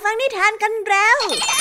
ฟังนิทานกันแล้ว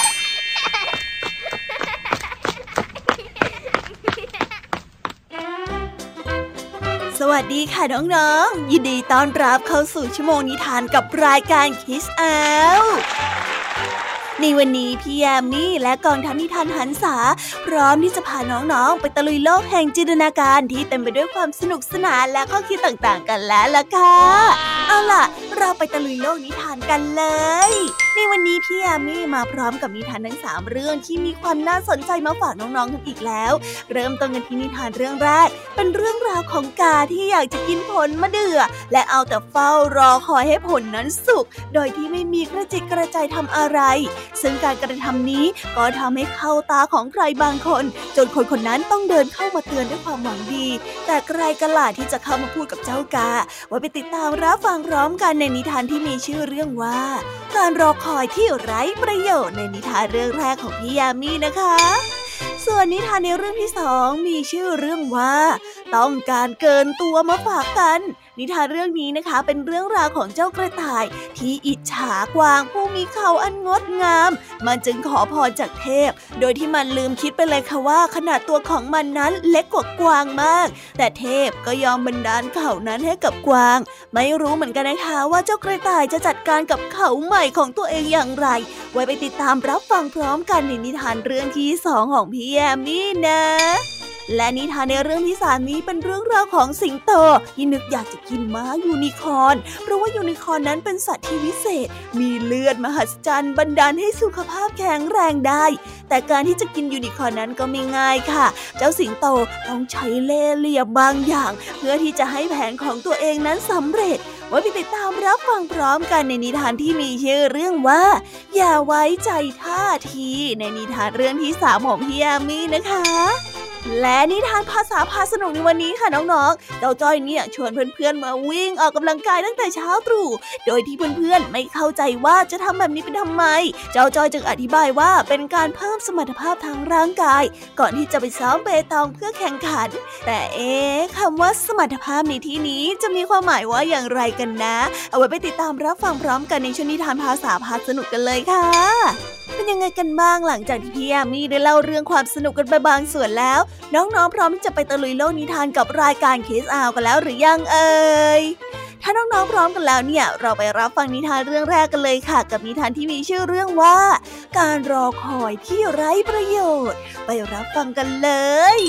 สวัสดีค่ะน้องๆยินดีต้อนรับเข้าสู่ชั่วโมงนิทานกับรายการ Kids Outในวันนี้พี่แยมมี่และกองทัพนิทานหันษาพร้อมที่จะพาน้องๆไปตะลุยโลกแห่งจินตนาการที่เต็มไปด้วยความสนุกสนานและข้อคิดต่างๆกันแล้วล่ะค่ะเอาล่ะเราไปตะลุยโลกนิทานกันเลยในวันนี้พี่แยมมี่มาพร้อมกับนิทานทั้ง3เรื่องที่มีความน่าสนใจมาฝากน้องๆกันอีกแล้วเริ่มต้นกันที่นิทานเรื่องแรกเป็นเรื่องราวของกาที่อยากจะกินผลมะเดื่อและเอาแต่เฝ้ารอคอยให้ผลนั้นสุกโดยที่ไม่มีกระจิตกระใจทำอะไรซึ่งการกระทำนี้ก็ทำให้เข้าตาของใครบางคนจนคนคนนั้นต้องเดินเข้ามาเตือนด้วยความหวังดีแต่ใครกันล่ะที่จะเข้ามาพูดกับเจ้ากาไว้ไปติดตามรับฟังพร้อมกันในนิทานที่มีชื่อเรื่องว่าการรอคอยที่ไร้ประโยชน์ในนิทานเรื่องแรกของพี่ยามีนะคะส่วนนิทานในเรื่องที่2มีชื่อเรื่องว่าต้องการเกินตัวมาฝากกันนิทานเรื่องนี้นะคะเป็นเรื่องราวของเจ้ากระต่ายที่อิจฉากวางผู้มีเขาอันงดงามมันจึงขอพรจากเทพโดยที่มันลืมคิดไปเลยค่ะว่าขนาดตัวของมันนั้นเล็กกว่ากวางมากแต่เทพก็ยอมบันดาลเขานั้นให้กับกวางไม่รู้เหมือนกันนะคะว่าเจ้ากระต่ายจะจัดการกับเขาใหม่ของตัวเองอย่างไรไว้ไปติดตามรับฟังพร้อมกันในนิทานเรื่องที่2ของพี่แยมมี่นะและนิทานในเรื่องที่3นี้เป็นเรื่องราวของสิงโตที่นึกอยากจะกินม้ายูนิคอร์นเพราะว่ายูนิคอร์นนั้นเป็นสัตว์ที่วิเศษมีเลือดมหัศจรรย์บันดาลให้สุขภาพแข็งแรงได้แต่การที่จะกินยูนิคอร์นนั้นก็ไม่ง่ายค่ะเจ้าสิงโตต้องใช้เล่ห์เหลี่ยมบางอย่างเพื่อที่จะให้แผนของตัวเองนั้นสำเร็จไว้ไปติดตามรับฟังพร้อมกันในนิทานที่มีชื่อเรื่องว่าอย่าไว้ใจท่าทีในนิทานเรื่องที่3ของพี่ยามีนะคะและนิทานภาษาพาสนุกในวันนี้ค่ะน้องๆเจ้าจ้อยเนี่ยชวนเพื่อนๆมาวิ่งออกกำลังกายตั้งแต่เช้าตรู่โดยที่เพื่อนๆไม่เข้าใจว่าจะทำแบบนี้เป็นทำไมเจ้าจ้อยจึงอธิบายว่าเป็นการเพิ่มสมรรถภาพทางร่างกายก่อนที่จะไปซ้อมเปตองเพื่อแข่งขันแต่คำว่าสมรรถภาพในที่นี้จะมีความหมายว่าอย่างไรกันนะเอาไว้ไปติดตามรับฟังพร้อมกันในช่วงนิทานภาษาพาสนุกกันเลยค่ะเป็นยังไงกันบ้างหลังจากที่พี่ยามีได้เล่าเรื่องความสนุกกันไปบางส่วนแล้วน้องๆพร้อมที่จะไปตะลุยโลกนิทานกับรายการ Kids Out กันแล้วหรือยังเอ่ยถ้าน้องๆพร้อมกันแล้วเนี่ยเราไปรับฟังนิทานเรื่องแรกกันเลยค่ะกับนิทานที่มีชื่อเรื่องว่าการรอคอยที่ไร้ประโยชน์ไปรับฟังกันเลย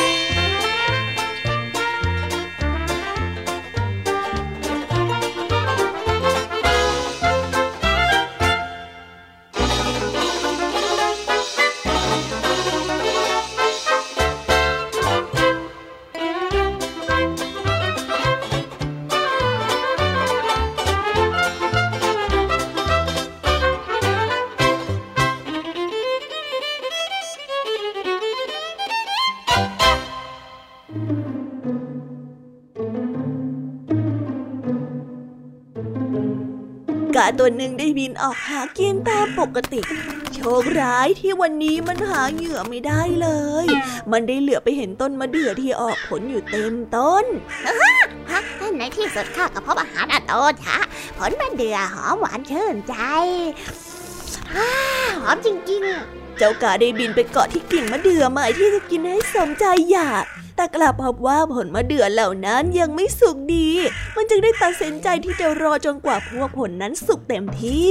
กาตัวหนึ่งได้บินออกหากินตามปกติโชคร้ายที่วันนี้มันหาเหยื่อไม่ได้เลยมันได้เหลือบไปเห็นต้นมะเดื่อที่ออกผลอยู่เต็มต้นในที่สุดข้าก็พบอาหารอันโอชะผลมะเดื่อหอมหวานชื่นใจหอมจริงๆเจ้ากาได้บินไปเกาะที่กิ่งมะเดื่อหมายที่จะกินให้สมใจอยากแต่กลับพบว่าผลมะเดื่อเหล่านั้นยังไม่สุกดีมันจึงได้ตัดสินใจที่จะรอจนกว่าพวกผลนั้นสุกเต็มที่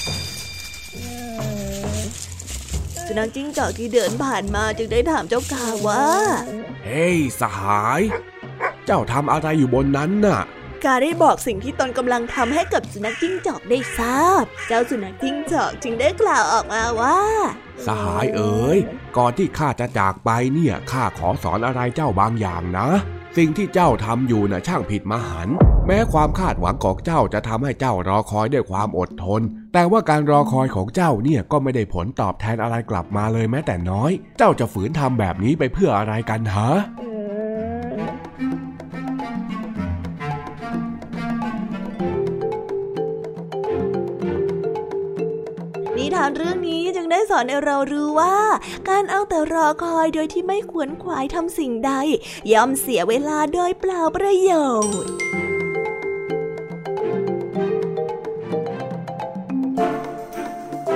สุนัขจิ้งจอกที่เดินผ่านมาจึงได้ถามเจ้ากาว่าเฮ้ยสหายเจ้าทำอะไรอยู่บนนั้นน่ะกาได้บอกสิ่งที่ตนกำลังทำให้กับสุนัขจิ้งจอกได้ทราบเจ้าสุนัขจิ้งจอกจึงได้กล่าวออกมาว่าสหายเอ๋ยก่อนที่ข้าจะจากไปเนี่ยข้าขอสอนอะไรเจ้าบางอย่างนะสิ่งที่เจ้าทำอยู่น่ะช่างผิดมหันต์แม้ความคาดหวังของเจ้าจะทำให้เจ้ารอคอยด้วยความอดทนแต่ว่าการรอคอยของเจ้าเนี่ยก็ไม่ได้ผลตอบแทนอะไรกลับมาเลยแม้แต่น้อยเจ้าจะฝืนทำแบบนี้ไปเพื่ออะไรกันฮะนิทานเรื่องนี้จึงได้สอนให้เรารู้ว่าการเอาแต่รอคอยโดยที่ไม่ขวนขวายทำสิ่งใดย่อมเสียเวลาโดยเปล่าประโยชน์ น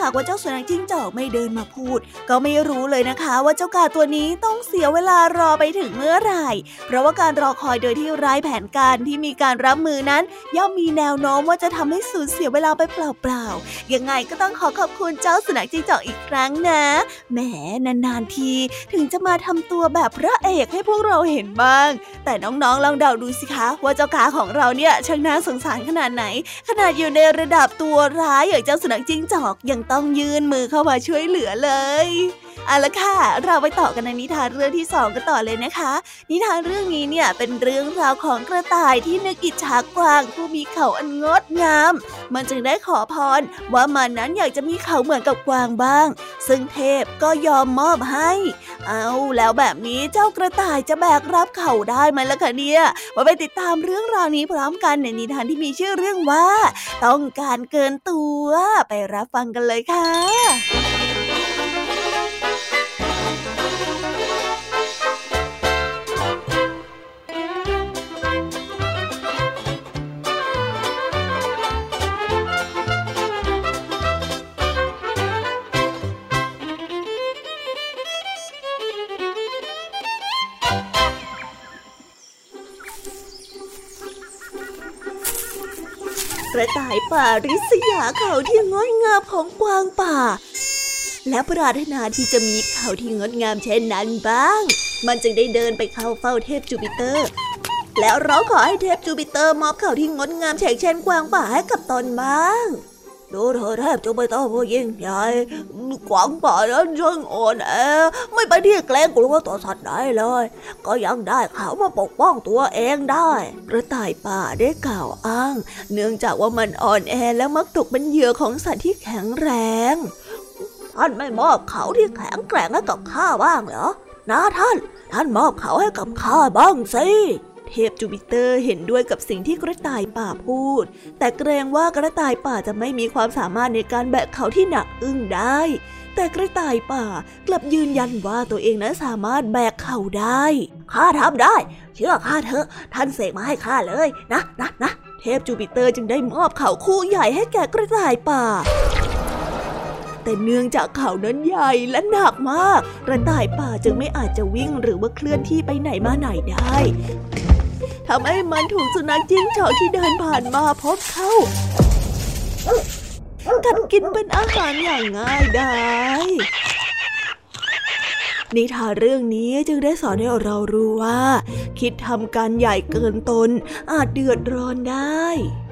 หากว่าเจ้าสุนัขจิ้งจอกไม่เดินมาพูดก็ไม่รู้เลยนะคะว่าเจ้ากาตัวนี้ต้องเสียเวลารอไปถึงเมื่อไหร่เพราะว่าการรอคอยโดยที่ไร้แผนการที่มีการรับมือนั้นย่อมมีแนวโน้มว่าจะทำให้สูญเสียเวลาไปเปล่าๆยังไงก็ต้องขอบคุณเจ้าสุนัขจิ้งจอกอีกครั้งนะแหมนานๆทีถึงจะมาทำตัวแบบพระเอกให้พวกเราเห็นบ้างแต่น้องๆลองเดาดูสิคะว่าเจ้ากาของเราเนี่ยช่างน่าสงสารขนาดไหนขนาดอยู่ในระดับตัวร้ายอย่างเจ้าสุนัขจิ้งจอกยังต้องยื่นมือเข้ามาช่วยเหลือเลยเอาละค่ะเราไปต่อกันในนิทานเรื่องที่2กันต่อเลยนะคะนิทานเรื่องนี้เนี่ยเป็นเรื่องราวของกระต่ายที่นึกอิจฉากวางผู้มีเขาอันงดงามมันจึงได้ขอพรว่ามันนั้นอยากจะมีเขาเหมือนกับกวางบ้างซึ่งเทพก็ยอมมอบให้เอาแล้วแบบนี้เจ้ากระต่ายจะแบกรับเขาได้ไหมล่ะคะเนี่ยมาไปติดตามเรื่องราวนี้พร้อมกันในนิทานที่มีชื่อเรื่องว่าต้องการเกินตัวไปรับฟังกันเลยค่ะกระต่ายป่าริษยาเขาที่งดงามของกวางป่าและปรารถนาที่จะมีเขาที่งดงามเช่นนั้นบ้างมันจึงได้เดินไปเข้าเฝ้าเทพจูปิเตอร์แล้วร้องขอให้เทพจูปิเตอร์มอบเขาที่งดงามเฉกเช่นกวางป่าให้กับตนบ้างดูเธอเทพจูปิเตอร์ผู้ยิ่งใหญ่กวางป่านั้นช่างอ่อนแอไม่ไปที่เกรงกลัวต่อสัตว์ใดเลยก็ยังได้เขามาปกป้องตัวเองได้กระต่ายป่าได้กล่าวอ้างเนื่องจากว่ามันอ่อนแอและมักตกเป็นเหยื่อของสัตว์ที่แข็งแรงท่านไม่มอบเขาที่แข็งแกร่งให้กับข้าบ้างเหรอนะท่านมอบเขาให้กับข้าบ้างสิเทพจูปิเตอร์เห็นด้วยกับสิ่งที่กระต่ายป่าพูดแต่เกรงว่ากระต่ายป่าจะไม่มีความสามารถในการแบกเขาที่หนักอึ้งได้แต่กระต่ายป่ากลับยืนยันว่าตัวเองนั้นสามารถแบกเขาได้ข้าทำได้เชื่อข้าเถอะท่านเสกมาให้ข้าเลยนะเทพจูปิเตอร์จึงได้มอบเขาคู่ใหญ่ให้แก่กระต่ายป่าแต่เนื่องจากเขานั้นใหญ่และหนักมากกระต่ายป่าจึงไม่อาจจะวิ่งหรือว่าเคลื่อนที่ไปไหนมาไหนได้ทำให้มันถูกสุนัขจิ้งจอกที่เดินผ่านมาพบเข้ากัดกินเป็นอาหารอย่างง่ายดายนิทานเรื่องนี้จึงได้สอนให้เรารู้ว่าคิดทำการใหญ่เกินตนอาจเดือดร้อนได้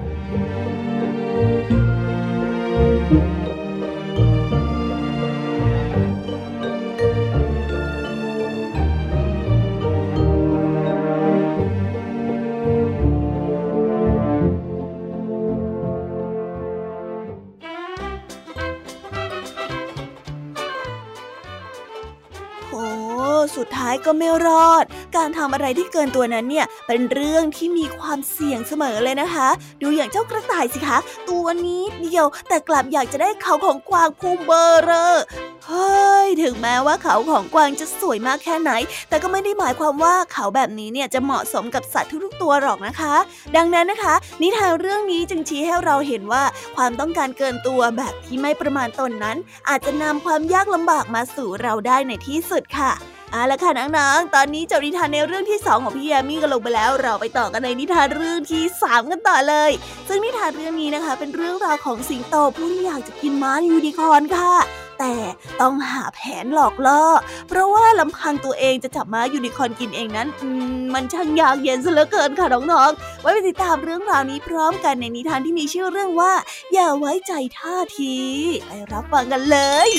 สุดท้ายก็ไม่รอดการทำอะไรที่เกินตัวนั้นเนี่ยเป็นเรื่องที่มีความเสี่ยงเสมอเลยนะคะดูอย่างเจ้ากระต่ายสิคะตัวนี้เดียวแต่กลับอยากจะได้เขาของกวางภูมิเบอร์เรอเฮ้ยถึงแม้ว่าเขาของกวางจะสวยมากแค่ไหนแต่ก็ไม่ได้หมายความว่าเขาแบบนี้เนี่ยจะเหมาะสมกับสัตว์ทุกๆตัวหรอกนะคะดังนั้นนะคะนิทานเรื่องนี้จึงชี้ให้เราเห็นว่าความต้องการเกินตัวแบบที่ไม่ประมาณตนนั้นอาจจะนำความยากลำบากมาสู่เราได้ในที่สุดค่ะเอาล่ะค่ะน้องๆตอนนี้จบนิทานในเรื่องที่2ของพี่แยมมี่กันลงไปแล้วเราไปต่อกันในนิทานเรื่องที่3กันต่อเลยซึ่งนิทานเรื่องนี้นะคะเป็นเรื่องราวของสิงโตผู้ที่อยากจะกินม้ายูนิคอร์นค่ะแต่ต้องหาแผนหลอกล่อเพราะว่าลำพังตัวเองจะจับม้ายูนิคอร์นกินเองนั้นมันช่างยากเย็นซะเหลือเกินค่ะน้องๆไว้ไปติดตามเรื่องราวนี้พร้อมกันในนิทานที่มีชื่อเรื่องว่าอย่าไว้ใจท่าทีไปรับฟังกันเลย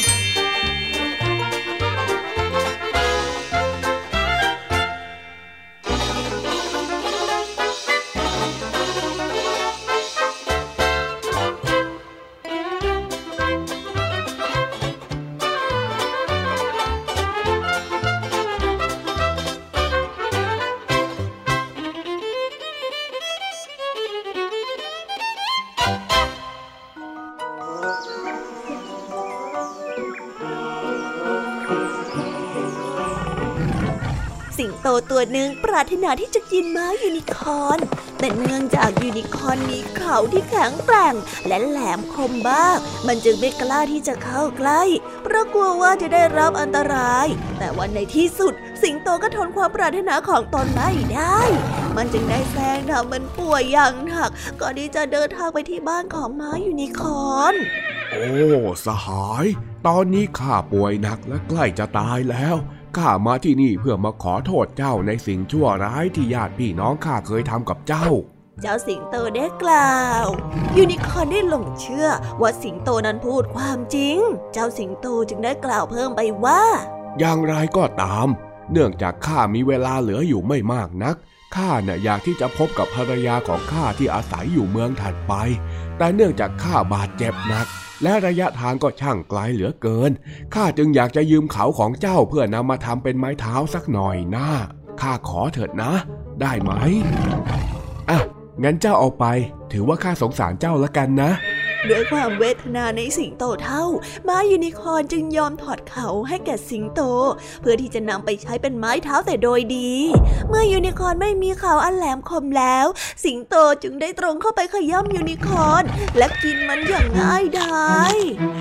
โตตัวหนึ่งปรารถนาที่จะกินม้ายูนิคอร์นแต่เนื่องจากยูนิคอร์นมีเขาที่แข็งแกร่งและแหลมคมมากมันจึงไม่กล้าที่จะเข้าใกล้เพราะกลัวว่าจะได้รับอันตรายแต่วันในที่สุดสิงโตก็ทนความปรารถนาของตนไม่ได้มันจึงได้แซงทำมันป่วยอย่างหนักก่อนที่จะเดินทางไปที่บ้านของม้ายูนิคอร์นโอ้สหายตอนนี้ข้าป่วยหนักและใกล้จะตายแล้วข้ามาที่นี่เพื่อมาขอโทษเจ้าในสิ่งชั่วร้ายที่ญาติพี่น้องข้าเคยทำกับเจ้าสิงโตได้กล่าวยูนิคอร์นได้หลงเชื่อว่าสิงโตนั้นพูดความจริงเจ้าสิงโตจึงได้กล่าวเพิ่มไปว่าอย่างไรก็ตามเนื่องจากข้ามีเวลาเหลืออยู่ไม่มากนักข้าอยากที่จะพบกับภรรยาของข้าที่อาศัยอยู่เมืองถัดไปแต่เนื่องจากข้าบาดเจ็บหนักและระยะทางก็ช่างไกลเหลือเกินข้าจึงอยากจะยืมเขาของเจ้าเพื่อนำมาทำเป็นไม้เท้าสักหน่อยนะข้าขอเถิดนะได้ไหมอ่ะงั้นเจ้าเอาไปถือว่าข้าสงสารเจ้าละกันนะด้วยความเวทนาในสิงโตเฒ่าม้ายูนิคอร์นจึงยอมถอดเขาให้แก่สิงโตเพื่อที่จะนำไปใช้เป็นไม้เท้าแต่โดยดีเมื่อยูนิคอร์นไม่มีเขาอันแหลมคมแล้วสิงโตจึงได้ตรงเข้าไปขย้ำยูนิคอร์นและกินมันอย่างง่ายดาย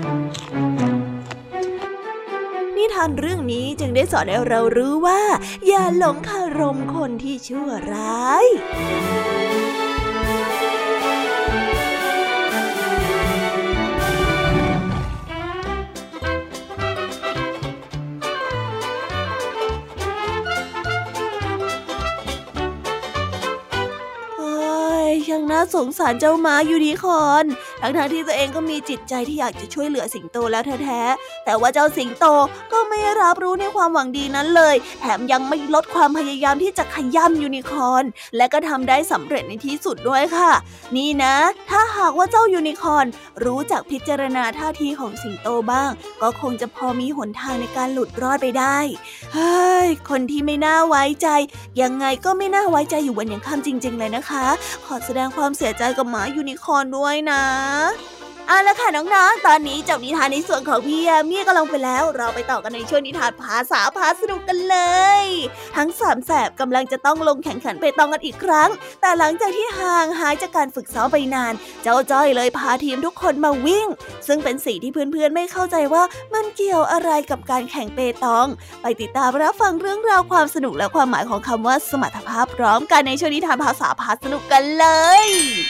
นิทานเรื่องนี้จึงได้สอนให้เรารู้ว่าอย่าหลงคารมคนที่ชั่วร้ายช่างน่าสงสารเจ้าม้ายูนิคอร์นทั้งที่ตัวเองก็มีจิตใจที่อยากจะช่วยเหลือสิงโตแล้วแท้ๆแต่ว่าเจ้าสิงโตก็ไม่รับรู้ในความหวังดีนั้นเลยแถมยังไม่ลดความพยายามที่จะขย้ำยูนิคอร์นและก็ทำได้สำเร็จในที่สุดด้วยค่ะนี่นะถ้าหากว่าเจ้ายูนิคอร์นรู้จักพิจารณาท่าทีของสิงโตบ้างก็คงจะพอมีหนทางในการหลุดรอดไปได้เฮ้ยคนที่ไม่น่าไว้ใจยังไงก็ไม่น่าไว้ใจอยู่วันยังค่ำจริงๆเลยนะคะขอแสดงความเสียใจกับหมายูนิคอร์นด้วยนะเอาละค่ะน้องๆตอนนี้จบนิทานในส่วนของพี่ยามีก็ลงไปแล้วเราไปต่อกันในช่วงนิทานภาษาพาสนุกกันเลยทั้งสามแสบกำลังจะต้องลงแข่งขันเปตองกันอีกครั้งแต่หลังจากที่ห่างหายจากการฝึกซ้อมไปนานเจ้าจ้อยเลยพาทีมทุกคนมาวิ่งซึ่งเป็นสิ่งที่เพื่อนๆไม่เข้าใจว่ามันเกี่ยวอะไรกับการแข่งเปตองไปติดตามรับฟังเรื่องราวความสนุกและความหมายของคำว่าสมรรถภาพพร้อมกันในช่วงนิทานภาษาพาสนุกกันเลย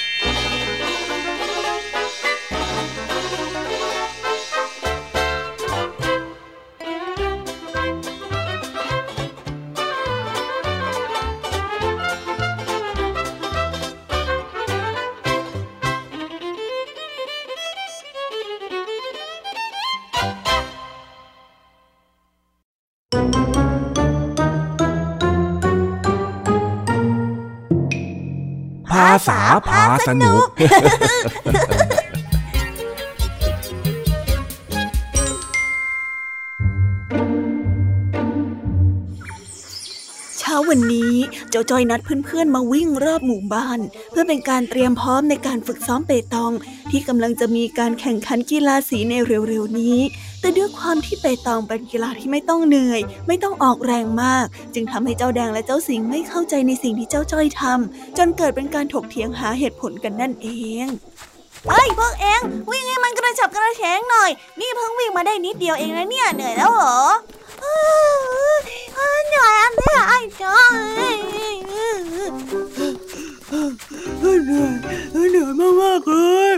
ภาษาพาสนุกเช้าวันนี้เจ้าจ้อยนัดเพื่อนๆมาวิ่งรอบหมู่บ้านเพื่อเป็นการเตรียมพร้อมในการฝึกซ้อมเปตองที่กำลังจะมีการแข่งขันกีฬาสีในเร็วๆนี้แต่ด้วยความที่เปตองเป็นกีฬาที่ไม่ต้องเหนื่อยไม่ต้องออกแรงมากจึงทำให้เจ้าแดงและเจ้าสิงห์ไม่เข้าใจในสิ่งที่เจ้าจ้อยทำจนเกิดเป็นการถกเถียงหาเหตุผลกันนั่นเองเฮ้ยพวกเองวิ่งให้มันกระฉับกระเฉงหน่อยนี่เพิ่งวิ่งมาได้นิดเดียวเองนะเนี่ยเหนื่อยแล้วเหรอเหนื่อยอ่ะเนี่ยไอ้จ้อยเหนื่อยมากๆเลย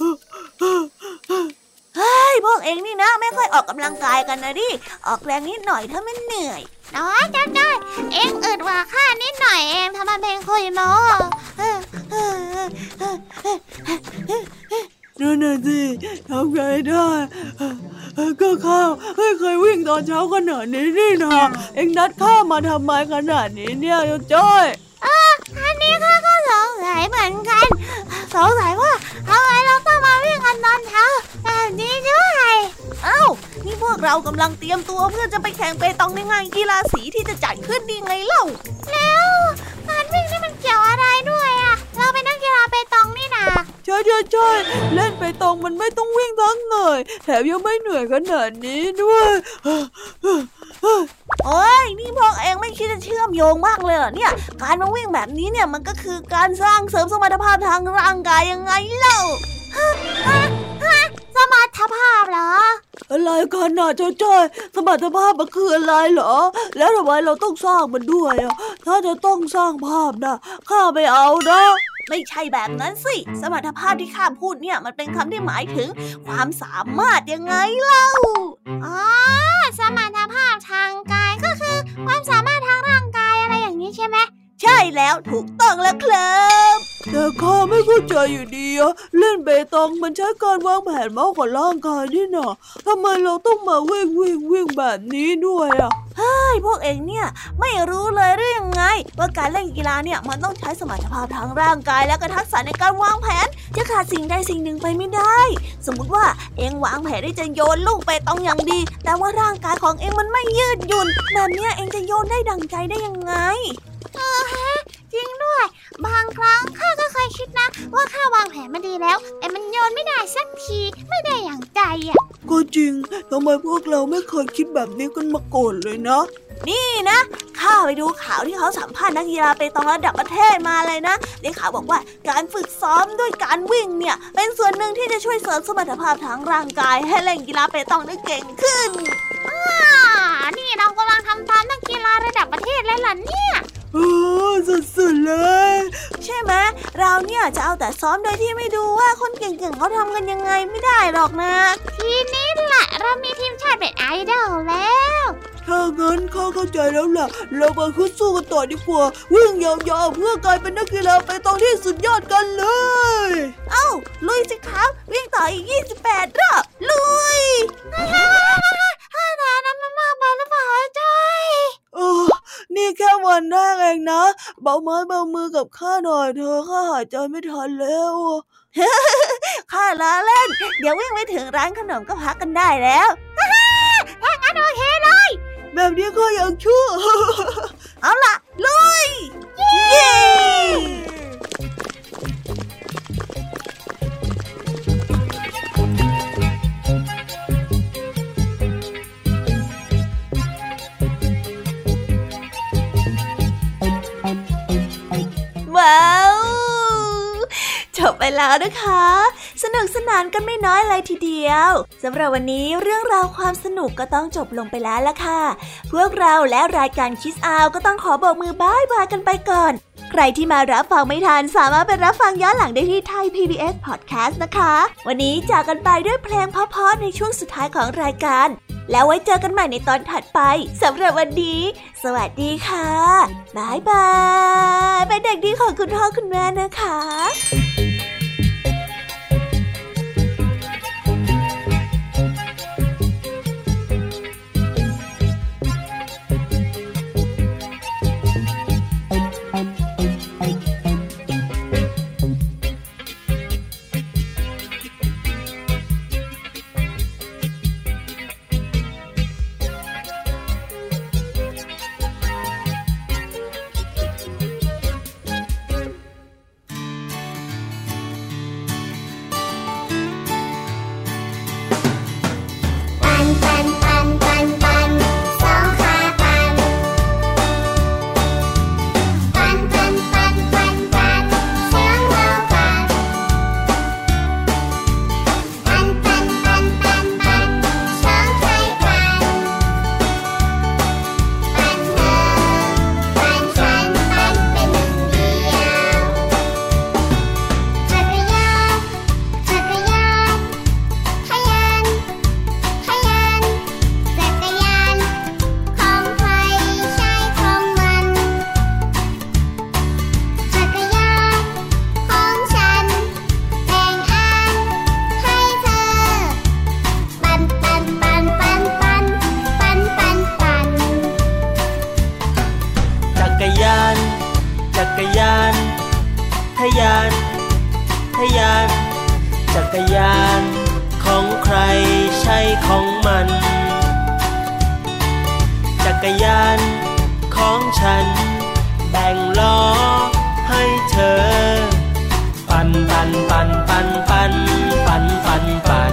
เฮ้ยพวกเองนี่นะไม่ค่อยออกกำลังกายกันนะดิออกแรงนิดหน่อยถ้ามันเหนื่อยน้อยจ้าเองอึดกว่าข้านิดหน่อยเองทำไมเป็นคุยโม้นั่นน่ะสิทำไงได้ก็ข้าไม่เคยวิ่งตอนเช้าขนาดนี้นี่นะเองนัดข้ามาทำไมขนาดนี้เนี่ยจ้อยอันนี้ข้าก็สงสัยเหมือนกันสงสัยว่าทำไมเราต้องมาวิ่งกันตอนเช้าแบบนี้ด้วยเอ้านี่พวกเรากำลังเตรียมตัวเพื่อจะไปแข่งเปตองในงานกีฬาสีที่จะจัดขึ้นดีไงเล่าแล้วงานวิ่งนี่มันเกี่ยวอะไรด้วยอ่ะเราเป็นนักกีฬาเปตองนี่นะใช่เล่นเปตองมันไม่ต้องวิ่งทั้งเหนื่อยแถมยังไม่เหนื่อยขนาดนี้ด้วยโอ้ยนี่พวกเองไม่คิดจะเชื่อมโยงมากเลยเหรอเนี่ยการมาวิ่งแบบนี้เนี่ยมันก็คือการสร้างเสริมสมรรถภาพทางร่างกายยังไงเล่าสมรรถภาพเหรออะไรกันน่ะเจ้าจ้อยสมรรถภาพมันคืออะไรเหรอแล้วทำไมเราต้องสร้างมันด้วยอ่ะถ้าจะต้องสร้างภาพนะข้าไม่เอานะไม่ใช่แบบนั้นสิสมรรถภาพที่ข้าพูดเนี่ยมันเป็นคำที่หมายถึงความสามารถยังไงเล่าอ๋อสมรรถภาพทางกายก็คือความสามารถทางร่างกายอะไรอย่างนี้ใช่ไหมใช่แล้วถูกต้องแล้วครับแต่ข้าไม่เข้าใจอยู่ดีอะเล่นเปตองมันใช้การวางแผนมากกว่าร่างกายนี่นะทำไมเราต้องมาวิ่งแบบนี้ด้วยอะเฮ้ยพวกเองเนี่ยไม่รู้เลยหรือยังไงว่าการเล่นกีฬาเนี่ยมันต้องใช้สมรรถภาพทางร่างกายและก็ทักษะในการวางแผนจะขาดสิ่งใดสิ่งหนึ่งไปไม่ได้สมมุติว่าเองวางแผนที่จะโยนลูกเปตองอย่างดีแต่ว่าร่างกายของเองมันไม่ยืดหยุ่นแบบนี้เองจะโยนได้ดังใจได้ยังไงจริงด้วยบางครั้งข้าก็เคยคิดนะว่าข้าวางแผนมาดีแล้วแต่มันโยนไม่ได้สักทีไม่ได้อย่างใจอ่ะก็จริงทำไมพวกเราไม่เคยคิดแบบนี้กันมาก่อนเลยนะนี่นะข้าไปดูข่าวที่เขาสัมภาษณ์นักกีฬาเปตองระดับประเทศมาเลยนะได้ข่าวบอกว่าการฝึกซ้อมด้วยการวิ่งเนี่ยเป็นส่วนหนึ่งที่จะช่วยเสริมสมรรถภาพทางร่างกายให้เล่นกีฬาเปตองได้เก่งขึ้นนี่เรากำลังทำตามนักกีฬาระดับประเทศแล้วล่ะเนี่ยสุดๆเลยใช่ไหมเราเนี่ยจะเอาแต่ซ้อมโดยที่ไม่ดูว่าคนเก่งๆเขาทำกันยังไงไม่ได้หรอกนะทีนี้แหละเรามีทีมชาติเป็นไอดอลแล้วถ้างั้นข้าเข้าใจแล้วล่ะเรามาขึ้นสู้กันต่อดีกว่าวิ่งยาวๆเพื่อกลายเป็นนักกีฬาเปตองที่สุดยอดกันเลยเอ้าลุยสิครับวิ่งต่ออีก28รอบลุยแต่นั้นมันมากไปหรือเปล่าจ้อยนี่แค่วันแรกเองนะเบาไม้เบามือกับข้าหน่อยเธอข้าหายใจไม่ทันแล้วข้าล้อเล่นเดี๋ยววิ่งไปถึงร้านขนมก็พักกันได้แล้วถ้างั้นโอเคเลยแบบนี้ก็ยังชั่วเอาล่ะลุยเย้ว้าวจบไปแล้วนะคะสนุกสนานกันไม่น้อยเลยทีเดียวสำหรับวันนี้เรื่องราวความสนุกก็ต้องจบลงไปแล้วล่ะค่ะพวกเราและรายการคิสอาวก็ต้องขอโบกมือบ๊ายบายกันไปก่อนใครที่มารับฟังไม่ทันสามารถไปรับฟังย้อนหลังได้ที่ Thai PBS Podcast นะคะวันนี้จากกันไปด้วยเพลงเพราะๆในช่วงสุดท้ายของรายการแล้วไว้เจอกันใหม่ในตอนถัดไปสำหรับวันนี้สวัสดีค่ะบ๊ายบายเป็นเด็กดีของคุณพ่อคุณแม่นะคะจักรยานของใครใช่ของมันจักรยานของฉันแบ่งล้อให้เธอปั่นปั่นปั่นปั่นปั่นปั่นปั่นปั่น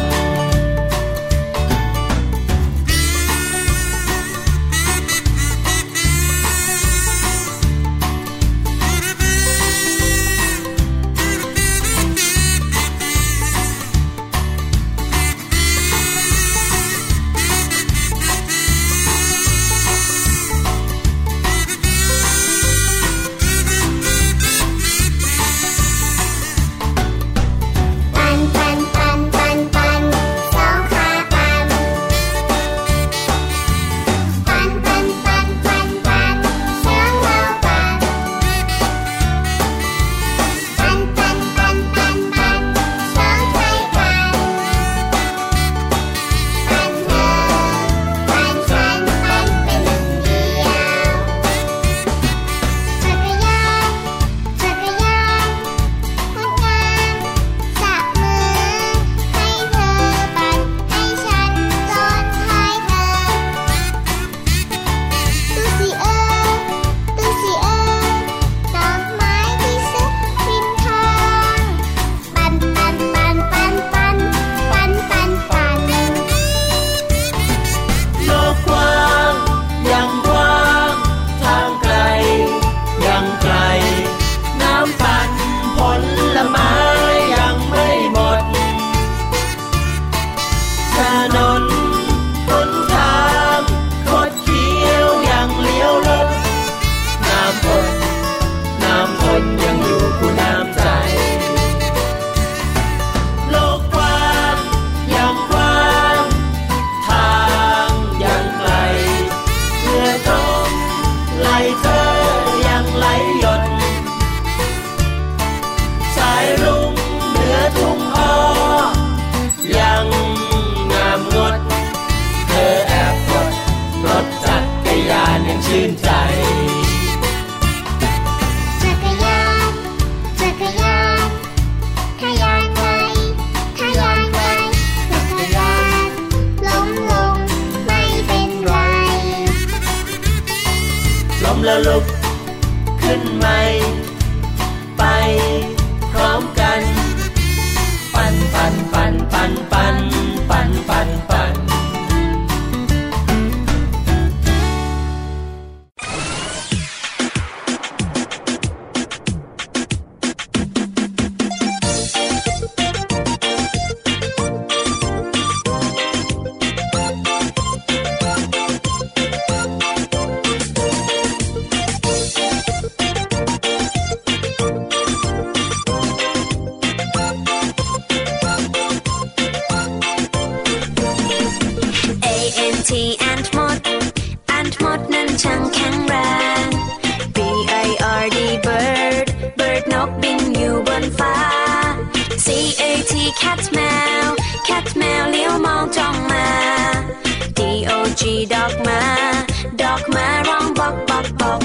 cat แมว cat แมวเลี้ยวมองจ้องมา dog dog มา dog มาร้องบอกบอกบอก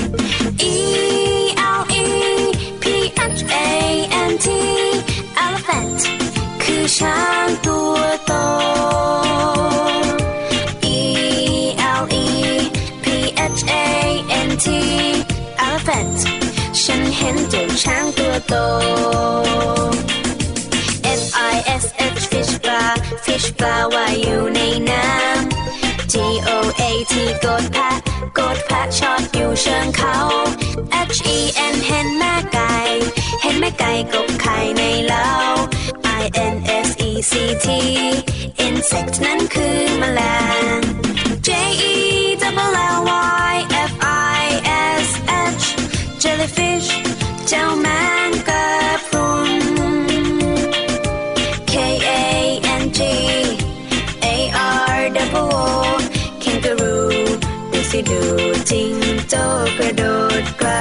elephant elephant คือช้างตัวโต elephant elephant ฉันเห็นเจ้าช้างตัวโต fish fish ปลา fish ปลาว่ายอยู่ในน้ำ goat โกดแพะ โกดแพะชอดอยู่เชิงเขา hen เห็นแม่ไก่ เห็นแม่ไก่กบไข่ในเล้า insect insect นั้นคือแมลง jellyfish jellyfish เจ้าแมงกะพรุน kangaroo kangaroo ดูสิดูจิงโจ้กระโดดไกล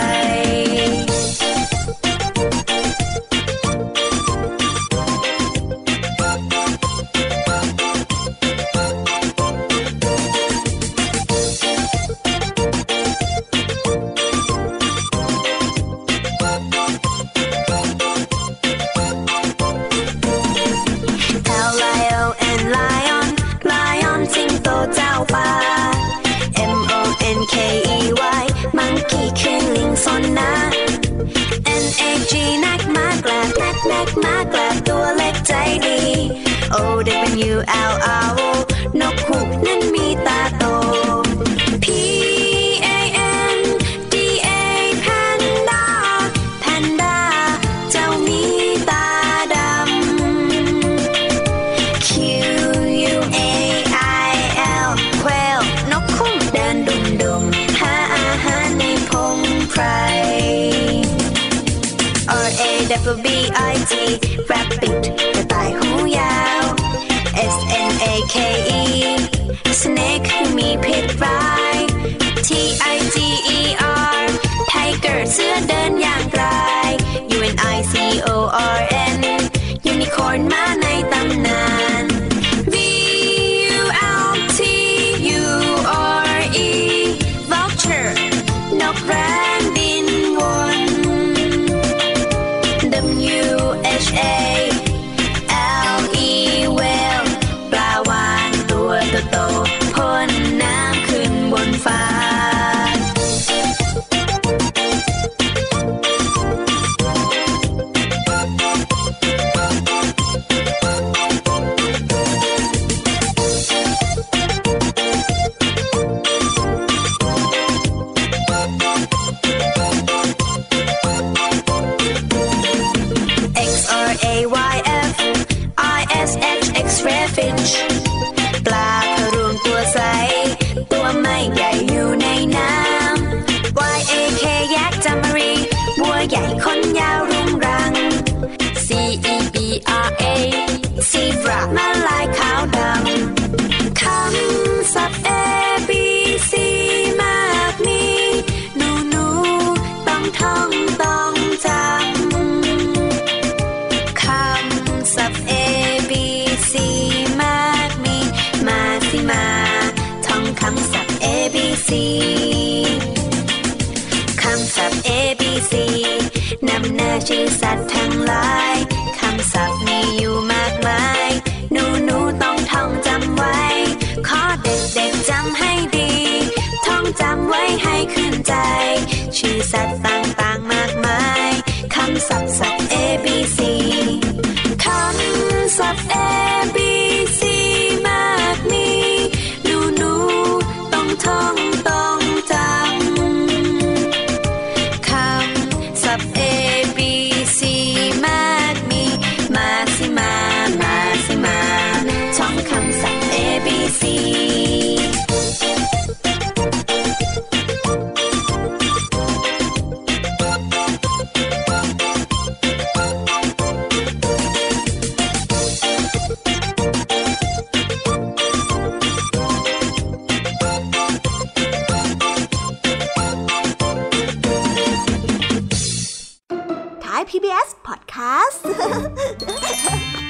monkey คือลิงซนนะ nag นักมากลับนักมากลับตัวเล็กใจดี owl นกฮูกนั้นมีตาโต panda panda เจ้ามีตาดำ quail แคว นกคุ้มเดินดุ่มหาอาหารในพงไพร rabbit กระต่ายหูยาว snake snake มีพิษร้าย tiger เสือเดินอย่างไกล unicorn unicorn มาในตำนาน vulture นกแร้งบินวน whale ปลาวาฬตัวโตๆพ่นน้ำขึ้นบนฟ้าX-ray-fish ปลาพะรูนตัวใสตัวไม่ใหญ่อยู่ในน้ำ Y-A-K ยักษ์จามรีบัวใหญ่ขนยาวรุงรัง C-E-B-R-A zebra แม่ลายขาวดำ คำศัพท์ A-B-C มากมีหนูต้องท่องต้องจำ คำศัพท์ A-B-C มากมีมาสิมาท่องคำศัพท์ A-B-C คำศัพท์ A-B-C นำหน้าชื่อสัตว์ทั้งหลายคำศัพท์มีอยู่มากมายหนูต้องท่องจำไว้ขอเด็กๆจำให้ดีท่องจำไว้ให้ขึ้นใจชื่อสัตว์ต่างๆมากมายคำศัพท์ A-B-C คำศัพท์ A-B-C มากมีหนูต้องท่องต้องจำคำศัพท์ A-B-C มากมีมาสิมาท่องคำศัพท์ A-B-C Thai PBS Podcast